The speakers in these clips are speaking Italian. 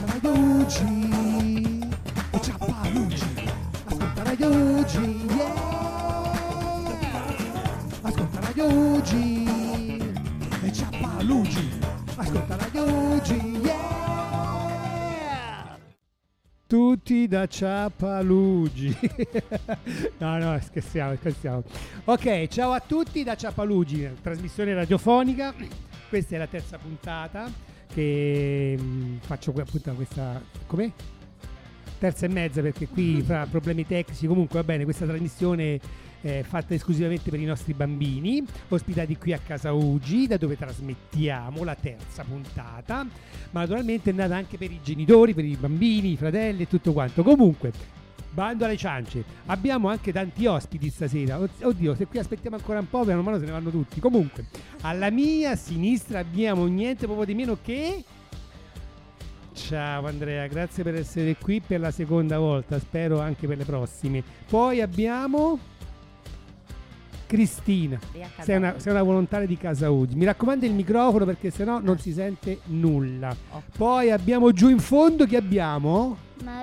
Radio Ugi e Ciappalugi. Ascolta Radio Ugi, yeah. Ascolta Radio Ugi e Ciappalugi. Ascolta Radio Ugi, yeah. Tutti da Ciappalugi. No, scherziamo. Ok, ciao a tutti da Ciappalugi, trasmissione radiofonica. Questa è la terza puntata che faccio appunto questa, com'è? Terza e mezza, perché qui fra problemi tecnici. Comunque va bene, questa trasmissione è fatta esclusivamente per i nostri bambini, ospitati qui a Casa Ugi, da dove trasmettiamo la terza puntata, ma naturalmente è nata anche per i genitori, per i bambini, i fratelli e tutto quanto. Comunque, bando alle ciance, abbiamo anche tanti ospiti stasera. Oddio, se qui aspettiamo ancora un po', piano mano se ne vanno tutti. Comunque, alla mia sinistra abbiamo niente proprio di meno che... Ciao Andrea, grazie per essere qui per la seconda volta, spero anche per le prossime. Poi abbiamo Cristina, sei una volontaria di Casa Ugi. Mi raccomando il microfono perché sennò non si sente nulla. Poi abbiamo giù in fondo, chi abbiamo?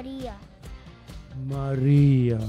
Maria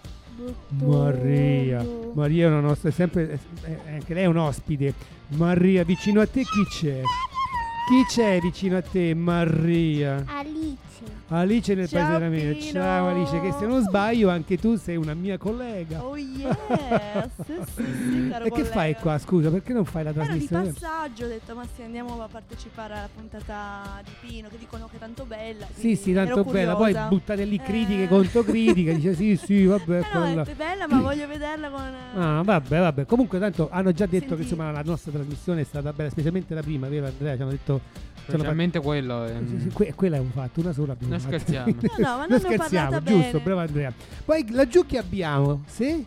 è una nostra, sempre anche lei è un ospite. Maria, vicino a te chi c'è? Chi c'è vicino a te, Maria? Alice nel paese della mia. Ciao Alice, che se non sbaglio anche tu sei una mia collega. Oh yes, sì, caro E che fai qua, scusa, perché non fai la trasmissione? Ero di passaggio, ho detto ma sì, andiamo a partecipare alla puntata di Pino, che dicono che è tanto bella. Sì, tanto bella, poi buttate lì critiche contro critiche, dice sì, vabbè. No, è bella, ma voglio vederla con... Ah, vabbè, comunque tanto hanno già detto che insomma la nostra trasmissione è stata bella, specialmente la prima, vero Andrea? Ci hanno detto... Specialmente quello quella è un fatto, una sola prima. Non scherziamo. No, ma non scherziamo, giusto, bravo Andrea. Poi laggiù che abbiamo?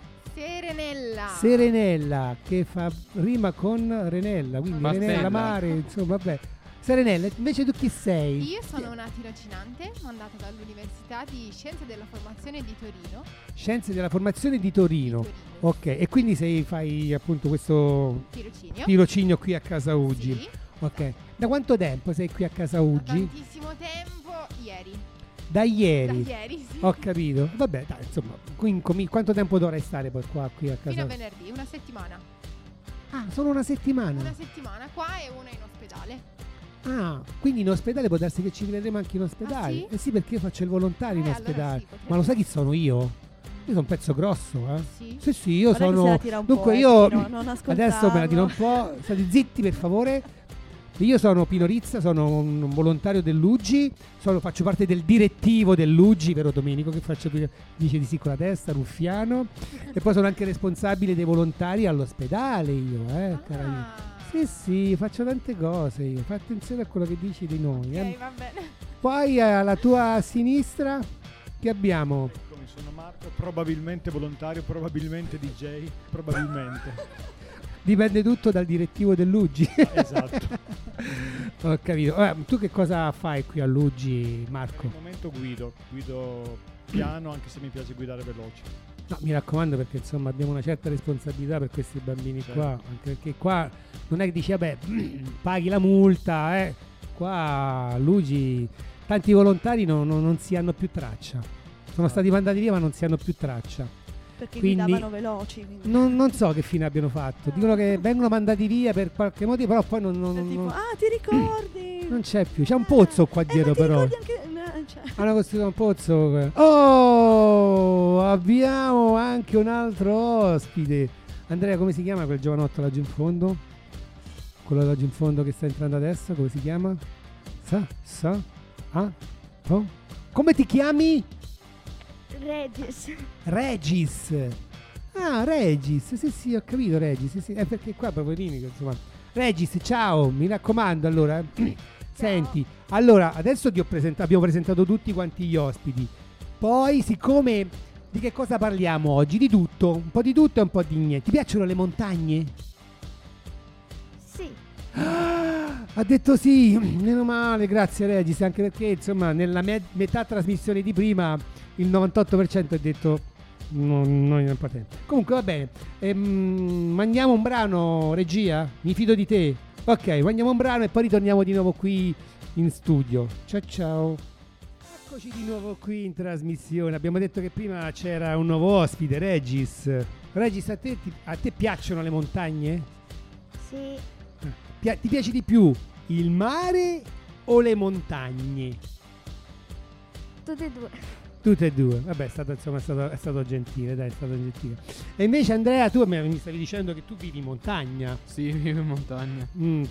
Serenella, che fa rima con Renella, quindi Mastella. Renella, mare, insomma, vabbè. Serenella, invece tu chi sei? Io sono una tirocinante mandata dall'Università di Scienze della Formazione di Torino. Scienze della Formazione di Torino. Ok, e quindi fai appunto questo tirocinio qui a Casa Ugi. Sì. Ok, da quanto tempo sei qui a Casa Ugi? Da tantissimo tempo, ieri. Da ieri? Sì. Ho capito. Vabbè, dai, insomma, quanto tempo dovrai stare poi qua qui a Casa Fino a Ugi? venerdì, una settimana. Ah, solo una settimana? Una settimana qua e una in ospedale. Ah, quindi in ospedale può darsi che ci vedremo anche in ospedale? Ah, sì? Eh sì, perché io faccio il volontario in ospedale. Allora sì, ma lo sai chi sono io? Io sono un pezzo grosso, Sì, io guarda sono... che se la tira un Dunque po', io... Pino, non adesso me la tiro un po'. State zitti per favore. Io sono Pino Rizza, sono un volontario dell'Ugi, faccio parte del direttivo dell'Ugi, vero Domenico, che dice di sì con la testa, ruffiano, e poi sono anche responsabile dei volontari all'ospedale io, Sì, faccio tante cose io, fai attenzione a quello che dici di noi. Ok, va bene. Poi alla tua sinistra che abbiamo? Sono Marco, probabilmente volontario, probabilmente DJ, probabilmente. Dipende tutto dal direttivo dell'Ugi. Esatto. Ho capito. Tu che cosa fai qui all'Ugi, Marco? Al momento guido piano, anche se mi piace guidare veloce. No, mi raccomando, perché insomma abbiamo una certa responsabilità per questi bambini qua, anche perché qua non è che dici vabbè paghi la multa, qua all'Ugi tanti volontari non si hanno più traccia, sono stati mandati via ma non si hanno più traccia. Perché quindi guidavano veloci. Non so che fine abbiano fatto. Dicono che vengono mandati via per qualche motivo, però poi non ti ricordi? Non c'è più. C'è un pozzo qua dietro, però. Hanno costruito un pozzo. Oh, abbiamo anche un altro ospite. Andrea, come si chiama quel giovanotto laggiù in fondo? Quello laggiù in fondo che sta entrando adesso, come si chiama? Oh? Come ti chiami? Regis. Ah, Regis. Sì, ho capito, Regis. Sì. È perché qua poverini, insomma. Regis, ciao, mi raccomando, allora. Senti, allora, adesso abbiamo presentato tutti quanti gli ospiti. Poi, siccome di che cosa parliamo oggi? Di tutto, un po' di tutto e un po' di niente. Ti piacciono le montagne? Sì. Ha detto sì, meno male, grazie Regis, anche perché insomma nella metà trasmissione di prima il 98% ha detto no, non è importante. Comunque va bene, mandiamo un brano, regia, mi fido di te. Ok, mandiamo un brano e poi ritorniamo di nuovo qui in studio. Ciao ciao. Ciao. Ciao ciao. Eccoci di nuovo qui in trasmissione. Abbiamo detto che prima c'era un nuovo ospite, Regis. Regis, a te piacciono le montagne? Sì, Ti piace di più il mare o le montagne? tutte e due. Tutte e due. Vabbè, è stato gentile, dai, è stato gentile. E invece Andrea, tu mi stavi dicendo che tu vivi in montagna. Sì, vivo in montagna.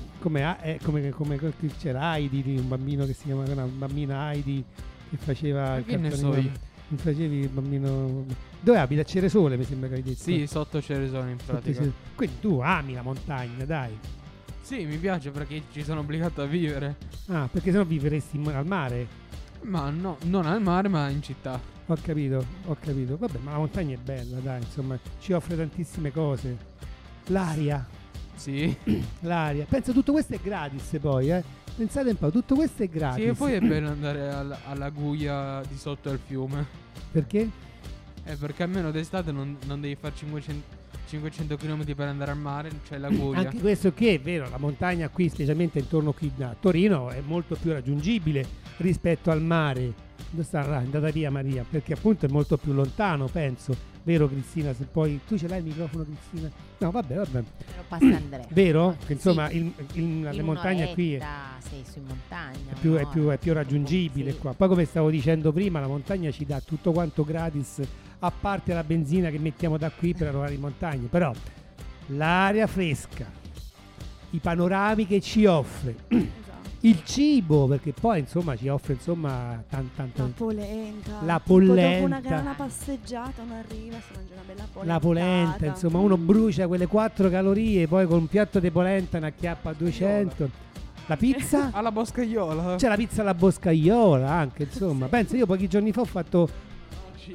Come c'era Heidi, un bambino che si chiama una bambina Heidi che faceva il Che ne cartone so io? animato. Non facevi il bambino. Dove abita? A Ceresole, mi sembra che hai detto. Sì, sotto Ceresole in Sotto pratica. Quindi tu ami la montagna, dai. Sì, mi piace perché ci sono obbligato a vivere. Ah, perché sennò vivresti al mare. Ma no, non al mare, ma in città. Ho capito. Vabbè, ma la montagna è bella, dai, insomma, ci offre tantissime cose. L'aria. Sì. L'aria. Pensa, tutto questo è gratis poi, eh. Pensate un po', tutto questo è gratis. Sì, e poi è bello andare alla Guglia di sotto al fiume. Perché? Perché almeno d'estate non devi fare 500 km per andare al mare, c'è la Guglia. Anche questo che è vero, la montagna qui, specialmente intorno qui a Torino, è molto più raggiungibile rispetto al mare. Dove sta? È andata via Maria, perché appunto è molto più lontano, penso. Vero Cristina? Se poi tu ce l'hai il microfono, Cristina? No, vabbè. Me lo passa Andrea. Vero? Che Sì. insomma le montagne qui sei su in montagna. è più raggiungibile Sì. qua. Poi come stavo dicendo prima, la montagna ci dà tutto quanto gratis, a parte la benzina che mettiamo da qui per arrivare in montagna. Però l'aria fresca, i panorami che ci offre, Esatto. il cibo, perché poi insomma ci offre tanto La polenta. La Tipo polenta. dopo una grana passeggiata uno arriva e si mangia una bella polenta. la polenta, insomma uno brucia quelle 4 calorie, poi con un piatto di polenta ne acchiappa 200. La pizza? Alla boscaiola. C'è la pizza alla boscaiola anche, insomma. Pensa, io pochi giorni fa ho fatto Oggi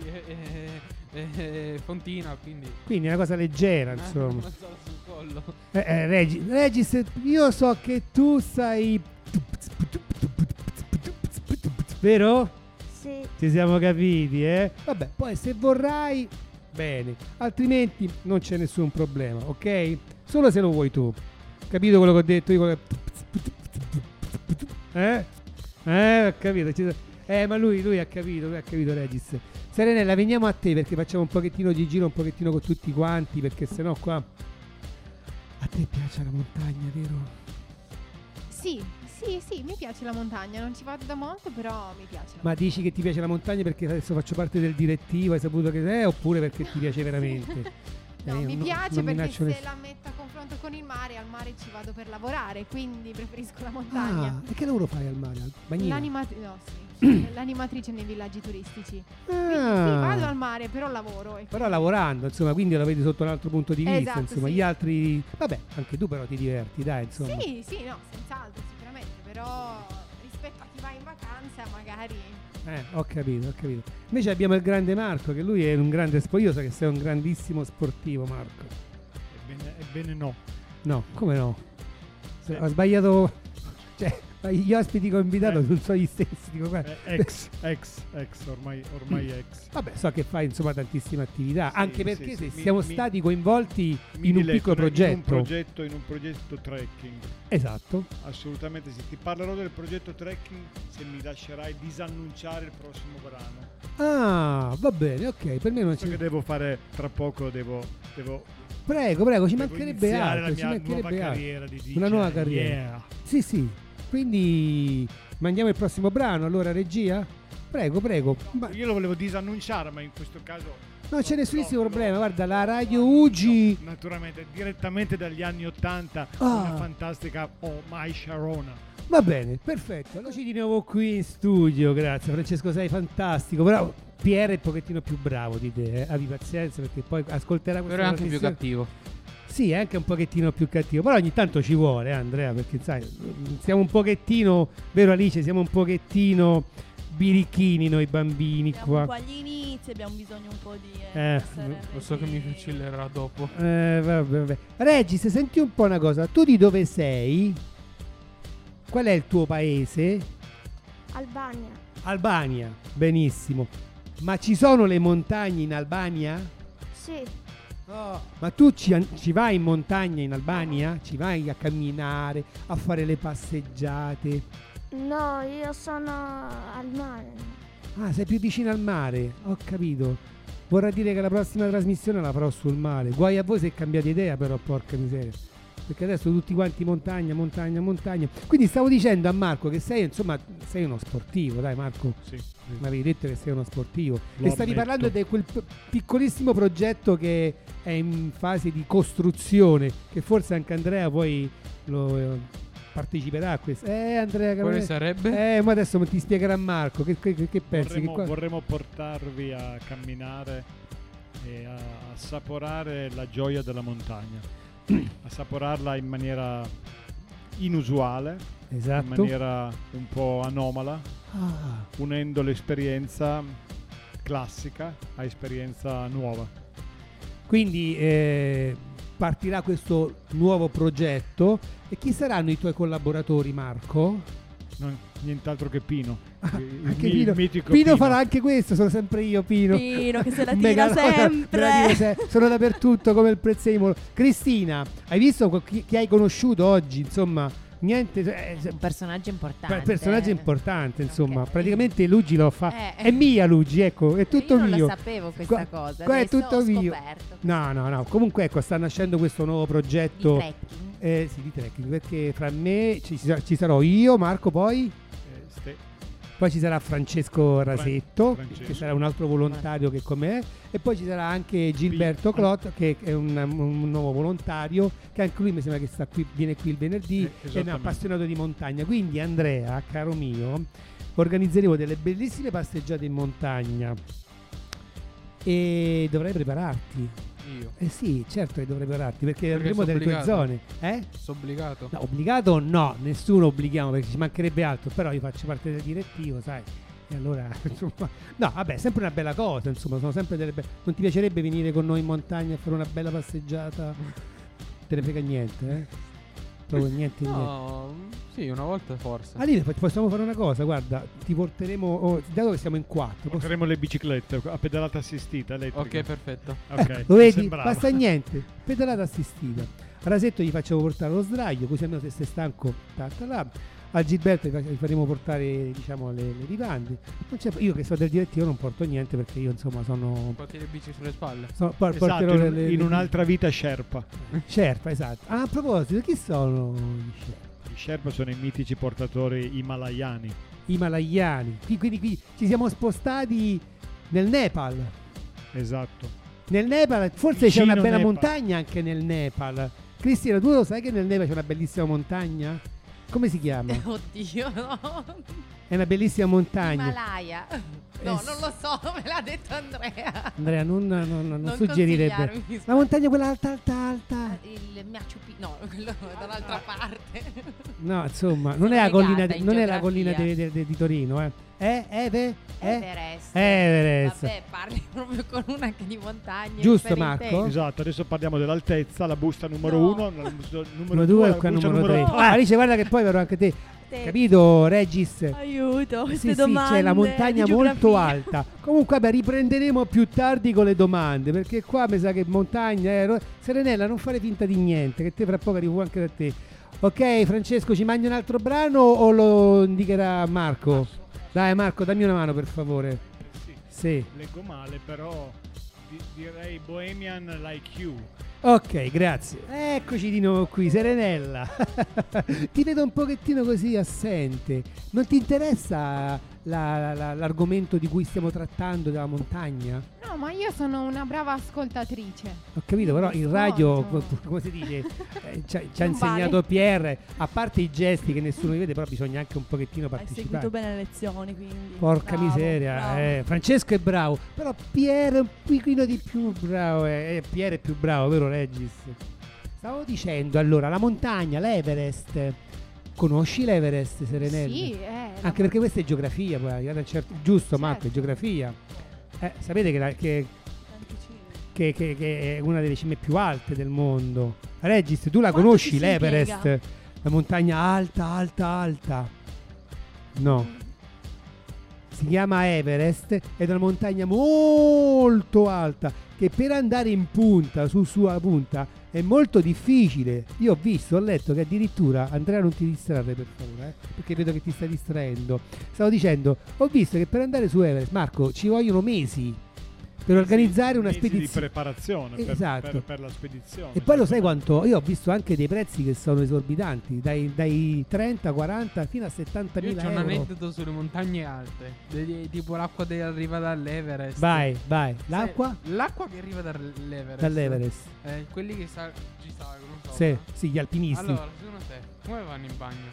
è Fontina, quindi. quindi una cosa leggera, insomma. Una zola sul collo. Regis, io so che tu sai, vero? Sì, Ci siamo capiti, eh? Vabbè, poi se vorrai, bene, altrimenti non c'è nessun problema, ok? Solo se lo vuoi tu. Capito quello che ho detto io? Ho capito. Ma lui ha capito, Regis. Serenella, veniamo a te perché facciamo un pochettino di giro, un pochettino con tutti quanti, perché sennò qua. A te piace la montagna, vero? Sì, mi piace la montagna, non ci vado da molto, però mi piace. Ma dici che ti piace la montagna perché adesso faccio parte del direttivo, hai saputo che è, oppure perché ti piace veramente? No, mi piace non perché minaccio se la metto a confronto con il mare, al mare ci vado per lavorare, quindi preferisco la montagna. Ah, e che lavoro fai al mare? Bagnino? L'animatrice nei villaggi turistici. Ah. Quindi sì, vado al mare, però lavoro. E Però lavorando, insomma, quindi lo vedi sotto un altro punto di vista, Esatto, insomma, sì. gli altri. Vabbè, anche tu però ti diverti, dai, insomma. Sì, no, senz'altro, sicuramente, però rispetto a chi va in vacanza magari. Ho capito. Invece abbiamo il grande Marco, che lui è un grande io so che sei un grandissimo sportivo, Marco. Ebbene no. No, come no? Sì. Ho sbagliato. Cioè, gli ospiti che ho invitato non sono gli stessi, dico, guarda. Ex, ormai ex. Vabbè, so che fai insomma tantissime attività, Sì, anche perché sì, se sì. siamo Mi- stati coinvolti Mi in un diletto piccolo progetto. In un progetto trekking. Esatto. Assolutamente sì. Ti parlerò del progetto trekking se mi lascerai disannunciare il prossimo brano. Ah, va bene, ok, per me non So c'è. che devo fare tra poco, devo Prego, ci devo mancherebbe iniziare altro, la ci mia mancherebbe nuova altro. carriera di DJ. Una nuova carriera. Yeah. Sì. Quindi mandiamo il prossimo brano, allora regia? Prego. Ma Io lo volevo disannunciare, ma in questo caso non c'è nessunissimo no, problema, guarda, la Radio Ugi. Naturalmente, direttamente dagli anni 80, Ah. una fantastica Oh My Sharona. Va bene, perfetto. Allora ci di nuovo qui in studio, grazie Francesco, sei fantastico. Però Pierre è un pochettino più bravo di te, abbi pazienza perché poi ascolterà questa Però è anche più trasmissione. cattivo. Sì, è anche un pochettino più cattivo, però ogni tanto ci vuole, Andrea, perché sai, siamo un pochettino, vero Alice, siamo un pochettino birichini noi bambini Siamo qua. qua agli inizi, abbiamo bisogno un po' di Lo so che mi fucilerà dopo. Vabbè. Regis, senti un po' una cosa, tu di dove sei? Qual è il tuo paese? Albania. Albania, benissimo. Ma ci sono le montagne in Albania? Sì, Oh, ma tu ci vai in montagna in Albania? Ci vai a camminare, a fare le passeggiate? no, io sono al mare. Ah, sei più vicino al mare, ho capito. Vorrà dire che la prossima trasmissione la farò sul mare. Guai a voi se cambiate idea, però, porca miseria. Perché adesso tutti quanti montagna. Quindi stavo dicendo a Marco che sei uno sportivo, dai Marco. Sì. Mi avevi detto che sei uno sportivo. Lo e stavi ammetto. parlando di quel piccolissimo progetto che è in fase di costruzione, che forse anche Andrea poi lo parteciperà a questo. Andrea, Quale sarebbe? ma adesso ti spiegherà Marco. Che pensi? Vorremmo portarvi a camminare e a assaporare la gioia della montagna. Assaporarla in maniera inusuale, Esatto. in maniera un po' anomala, Ah, unendo l'esperienza classica a esperienza nuova. quindi partirà questo nuovo progetto. E chi saranno i tuoi collaboratori, Marco? Nient'altro che Pino. Anche il Pino. mitico Pino farà anche questo, sono sempre io, Pino. Pino che se la Mega tira me la sempre. tiro sono dappertutto come il prezzemolo. Cristina, hai visto chi hai conosciuto oggi? Insomma, niente. Un personaggio importante. Personaggio importante, insomma. Ok. Praticamente Luigi lo fa. Eh. È mia Luigi, ecco, è tutto Io non mio. lo sapevo questa cosa. Qua è adesso tutto ho mio. scoperto. No. Comunque, ecco, sta nascendo questo nuovo Di progetto. trekking. Sì, di trekking, perché fra me ci sarò io, Marco, poi ci sarà Francesco Rasetto, Francesco. che sarà un altro volontario che come è, e poi ci sarà anche Gilberto Clot, che è un nuovo volontario, che anche lui mi sembra che viene qui il venerdì, è un esattamente. appassionato di montagna. Quindi Andrea, caro mio, organizzeremo delle bellissime passeggiate in montagna e dovrai prepararti. Io. Eh sì, certo che dovrai prepararti, perché Perché andremo sono delle tue obbligato. zone. Sono obbligato. No, obbligato no, nessuno obblighiamo, perché ci mancherebbe altro, però io faccio parte del direttivo, sai. E allora, insomma, no, vabbè, sempre una bella cosa, insomma, sono sempre delle non ti piacerebbe venire con noi in montagna a fare una bella passeggiata? Te ne frega niente, eh? Proprio niente. No, sì, una volta forse. Aline, possiamo fare una cosa, guarda, ti porteremo, dato che siamo in quattro, Porteremo le biciclette a pedalata assistita elettrica. Ok, perfetto. Ok, lo vedi? sembrava. Basta niente, pedalata assistita. A Rasetto gli facciamo portare lo sdraio, così almeno se sei stanco, là. A Gilberto gli faremo portare, diciamo, le vivande. Io che so del direttivo non porto niente, perché io insomma sono Porti le bici sulle spalle. Esatto, porterò in un'altra vita Sherpa. Sherpa, esatto. Ah, a proposito, chi sono gli Sherpa? I Sherpa sono i mitici portatori himalayani. Himalayani. Quindi qui ci siamo spostati nel Nepal. Esatto. Nel Nepal forse Vicino c'è una bella Nepal. montagna anche nel Nepal. Cristina, tu lo sai che nel Nepal c'è una bellissima montagna? Come si chiama? Oddio, no. È una bellissima montagna. Himalaya. No, Eh, non lo so, me l'ha detto Andrea. Andrea, non Non suggerirebbe. consigliarmi, La montagna quella alta. Il Machu Picchu, no, quello è dall'altra parte. No, insomma, non Sono è la collina, negata in non è la collina geografia. di Torino, eh. Everest. Everest. Vabbè, parli proprio con una che di montagne. Giusto, per Marco? intero. Esatto, adesso parliamo dell'altezza, la busta numero No. 1, la busta Numero numero 2 2 e qua numero 3. tre. Alice, guarda che poi però anche te. Capito, Regis? Aiuto, queste Sì, domande. c'è la montagna di molto geografia. alta. Comunque, vabbè, riprenderemo più tardi con le domande, perché qua mi sa che montagna. Serenella, non fare finta di niente, che te fra poco arrivo anche da te. Ok, Francesco, ci mangi un altro brano o lo indicherà Marco? Dai, Marco, dammi una mano per favore. Sì, Sì. leggo male, però direi Bohemian Like You. Ok, grazie. Eccoci di nuovo qui, Serenella. Ti vedo un pochettino così assente. Non ti interessa l'argomento di cui stiamo trattando della montagna? No, ma io sono una brava ascoltatrice. Ho capito, però in Ascolto. radio, come si dice, ci ha Non insegnato vale. Pierre, a parte i gesti che nessuno li vede, però bisogna anche un pochettino Hai partecipare. seguito bene le lezioni, quindi. Porca Bravo, miseria, bravo. Francesco è bravo, però Pierre è un pochino di più bravo, Pierre è più bravo, vero Regis? Stavo dicendo, allora, la montagna, l'Everest, conosci l'Everest, Serenella? Sì, Anche perché questa è geografia, poi, giusto Marco, è Certo. geografia. Sapete che è una delle cime più alte del mondo. Regis, tu la Quanto conosci ci si l'Everest? impiega? La montagna alta. No. si chiama Everest, ed è una montagna molto alta che per andare in punta, su sua punta, è molto difficile. Io ho letto che addirittura, Andrea non ti distrarre per favore, perché vedo che ti stai distraendo. Stavo dicendo, ho visto che per andare su Everest, Marco, ci vogliono mesi per organizzare una mesi spedizione di preparazione Esatto. per la spedizione. E poi lo sai quanto? Io ho visto anche dei prezzi che sono esorbitanti, dai 30, 40 fino a 70 Io mila c'ho un euro. aneddoto sulle montagne alte, tipo l'acqua che arriva dall'Everest. Vai, l'acqua? L'acqua che arriva dall'Everest. Dall'Everest. Quelli che ci salgono. Sì, gli alpinisti. Allora, secondo te, come vanno in bagno?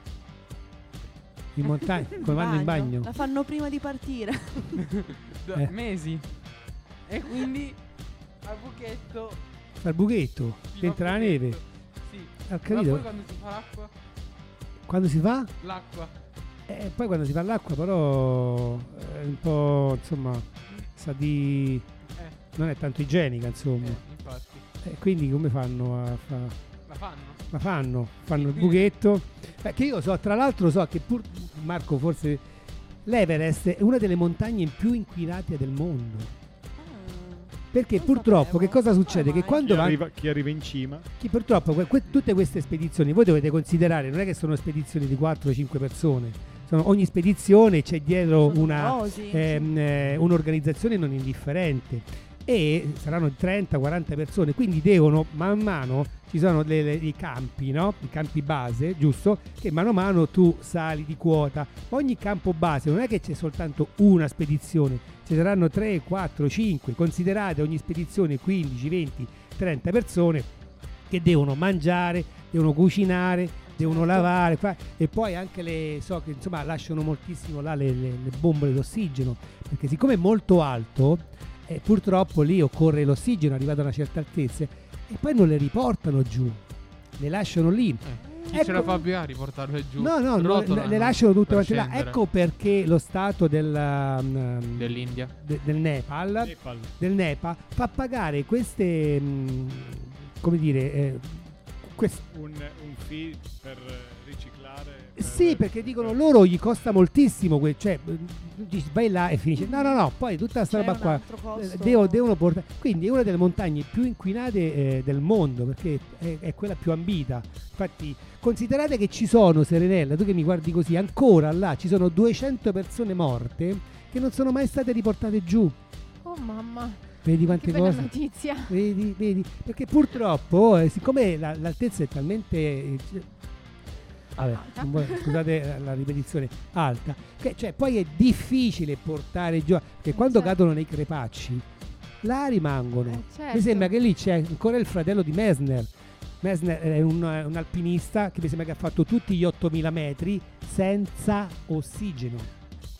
In montagna, come vanno in bagno? La fanno prima di partire. Mesi. E quindi al buchetto. Al buchetto, si dentro fa la buchetto. neve. Sì. Ho Ma capito. poi quando si fa l'acqua? Quando si fa? L'acqua. Poi quando si fa l'acqua però è un po', insomma, sa di... non è tanto igienica, insomma. Infatti. Quindi come fanno a fare? La fanno? Fanno il buchetto. Che io so, tra l'altro so che Marco, forse l'Everest è una delle montagne più inquinate del mondo. Perché Non purtroppo sapevo. che cosa succede? Come Che mai? quando Chi arriva in cima? purtroppo tutte queste spedizioni voi dovete considerare, non è che sono spedizioni di 4-5 persone, ogni spedizione c'è dietro Sono una numerosi. un'organizzazione non indifferente e saranno 30-40 persone, quindi devono man mano, ci sono i campi, no? I campi base, giusto? Che mano a mano tu sali di quota. Ma ogni campo base non è che c'è soltanto una spedizione, ci saranno 3, 4, 5, considerate ogni spedizione 15, 20, 30 persone che devono mangiare, devono cucinare, devono lavare e poi anche so che insomma lasciano moltissimo là le bombole d'ossigeno, perché siccome è molto alto purtroppo lì occorre l'ossigeno arrivato a una certa altezza e poi non le riportano giù, le lasciano lì. Chi ce la fa più a riportarle giù? No, Rotolano le lasciano tutte per quante là. scendere. Ecco perché lo stato dell'India, del Nepal fa pagare queste come dire un fee per riciclare. sì, perché dicono loro gli costa moltissimo, cioè dici, vai là e finisce. No, poi tutta questa C'è roba un qua altro costo. devono portare. Quindi è una delle montagne più inquinate del mondo, perché è quella più ambita. Infatti, considerate che ci sono, Serenella, tu che mi guardi così, ancora là ci sono 200 persone morte che non sono mai state riportate giù. Oh mamma. Vedi quante Che bella cose? notizia. Vedi? Perché purtroppo, siccome l'altezza è talmente vabbè, scusate la ripetizione, alta, cioè poi è difficile portare giù, perché quando Certo. cadono nei crepacci là rimangono. Certo. Mi sembra che lì c'è ancora il fratello di Messner. Messner è un alpinista che mi sembra che ha fatto tutti gli 8000 metri senza ossigeno.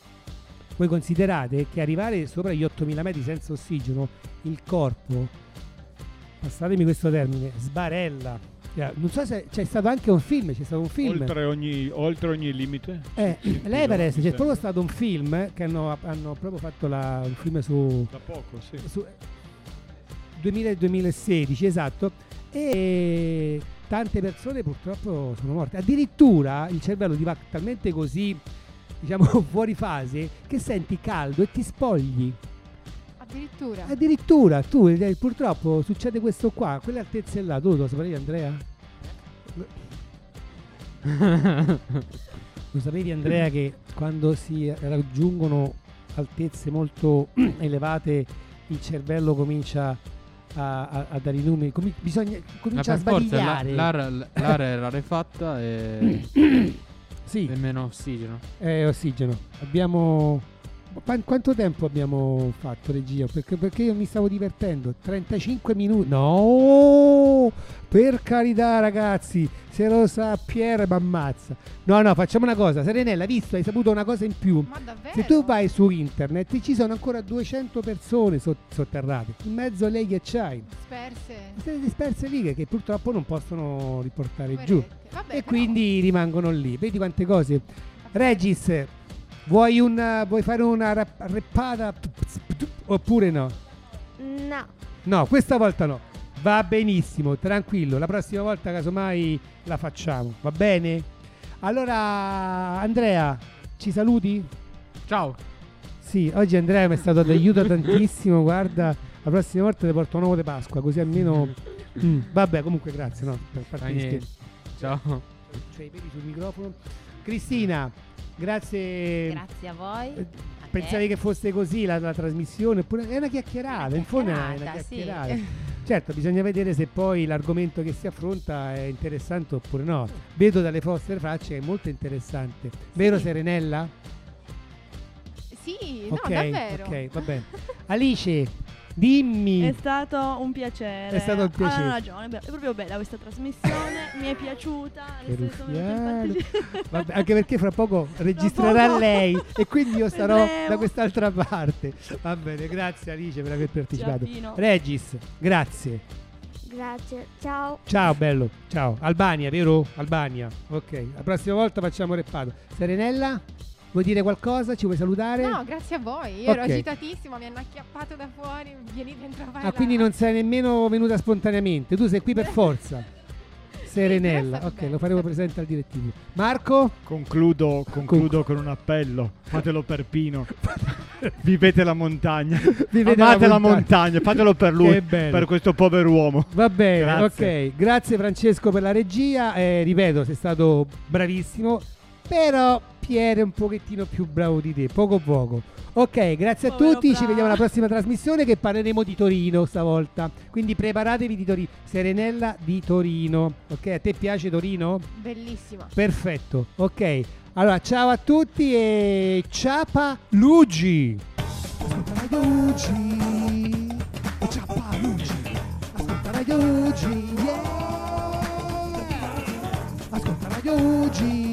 Voi considerate che arrivare sopra gli 8000 metri senza ossigeno, il corpo, passatemi questo termine, sbarella. Non so se c'è stato anche un film, Oltre ogni limite. L'Everest, c'è Sì. proprio stato un film che hanno proprio fatto un film su Da poco, sì. 2016, esatto, e tante persone purtroppo sono morte. Addirittura il cervello ti va talmente così, diciamo, fuori fase che senti caldo e ti spogli. Addirittura tu purtroppo succede questo qua, quelle altezze là. Tu lo sapevi, Andrea? Lo sapevi, Andrea, che quando si raggiungono altezze molto elevate il cervello comincia a dare i numeri, comincia a sbadigliare. L'aria è rarefatta e Sì, e meno ossigeno. ossigeno. Abbiamo quanto tempo abbiamo fatto, regia? Perché io mi stavo divertendo. 35 minuti. No, per carità, ragazzi, se lo sa Pier mi ammazza. No, facciamo una cosa. Serenella, visto, hai saputo una cosa in più. Ma davvero? Se tu vai su internet ci sono ancora 200 persone sotterrate. In mezzo a lei che c'hai. Disperse. Disperse lì che purtroppo non possono riportare giù. Vabbè, E però- quindi rimangono lì. Vedi quante cose. Regis, vuoi fare una rappata oppure no? No. No, questa volta no. Va benissimo, tranquillo. La prossima volta casomai la facciamo. Va bene? Allora, Andrea, ci saluti? Ciao. Sì, oggi Andrea mi è stato d'aiuto tantissimo, guarda, la prossima volta ti porto un uovo di Pasqua, così almeno... Vabbè, comunque grazie, no, per farti gli scherzi. Ciao. Cioè, i piedi sul microfono. Cristina, grazie. Grazie a voi. a Pensavi te. che fosse così la trasmissione? Oppure è una chiacchierata, in fondo è una chiacchierata, sì. chiacchierata. Certo, bisogna vedere se poi l'argomento che si affronta è interessante oppure no. Vedo dalle vostre facce che è molto interessante. Vero Sì. Serenella? Sì, Ok, no, davvero. ok, va bene. Alice, dimmi. È stato un piacere. È stato un piacere. Ha ragione, è proprio bella questa trasmissione, mi è piaciuta. Che adesso sono venuta ruffiano. in parte- Vabbè, anche perché fra poco registrerà poco. lei e quindi io starò Vedremo. da quest'altra parte. Va bene, grazie Alice per aver partecipato. Ciao, Pino. Regis, grazie. Grazie. Ciao. Ciao bello, ciao. Albania, vero? Albania. Ok, la prossima volta facciamo reppato. Serenella, vuoi dire qualcosa? Ci vuoi salutare? No, grazie a voi. Io ero Ok. agitatissima, mi hanno acchiappato da fuori. Vieni dentro a fare Ah, quindi non sei nemmeno venuta spontaneamente. Tu sei qui per forza. Serenella. però è stato Ok, bello, lo faremo è stato presente al direttivo. Marco? Concludo con un appello. Fatelo per Pino. Vivete la montagna. Vivete Amate la la montagna. montagna. Fatelo per lui. Che bello. Per questo povero uomo. Va bene, Grazie. ok. Grazie Francesco per la regia. Ripeto, sei stato bravissimo. Però Piero è un pochettino più bravo di te, poco poco. Ok, grazie a Povero tutti. Ci Fra. vediamo alla prossima trasmissione che parleremo di Torino stavolta. Quindi preparatevi di Torino. Serenella di Torino. Ok, a te piace Torino? Bellissima. Perfetto. Ok. Allora, ciao a tutti e ciapa Luigi. Ascolta Radio Luigi. E ciapa Luigi. Ascolta Radio Luigi. Yeah. Ascolta Radio Luigi.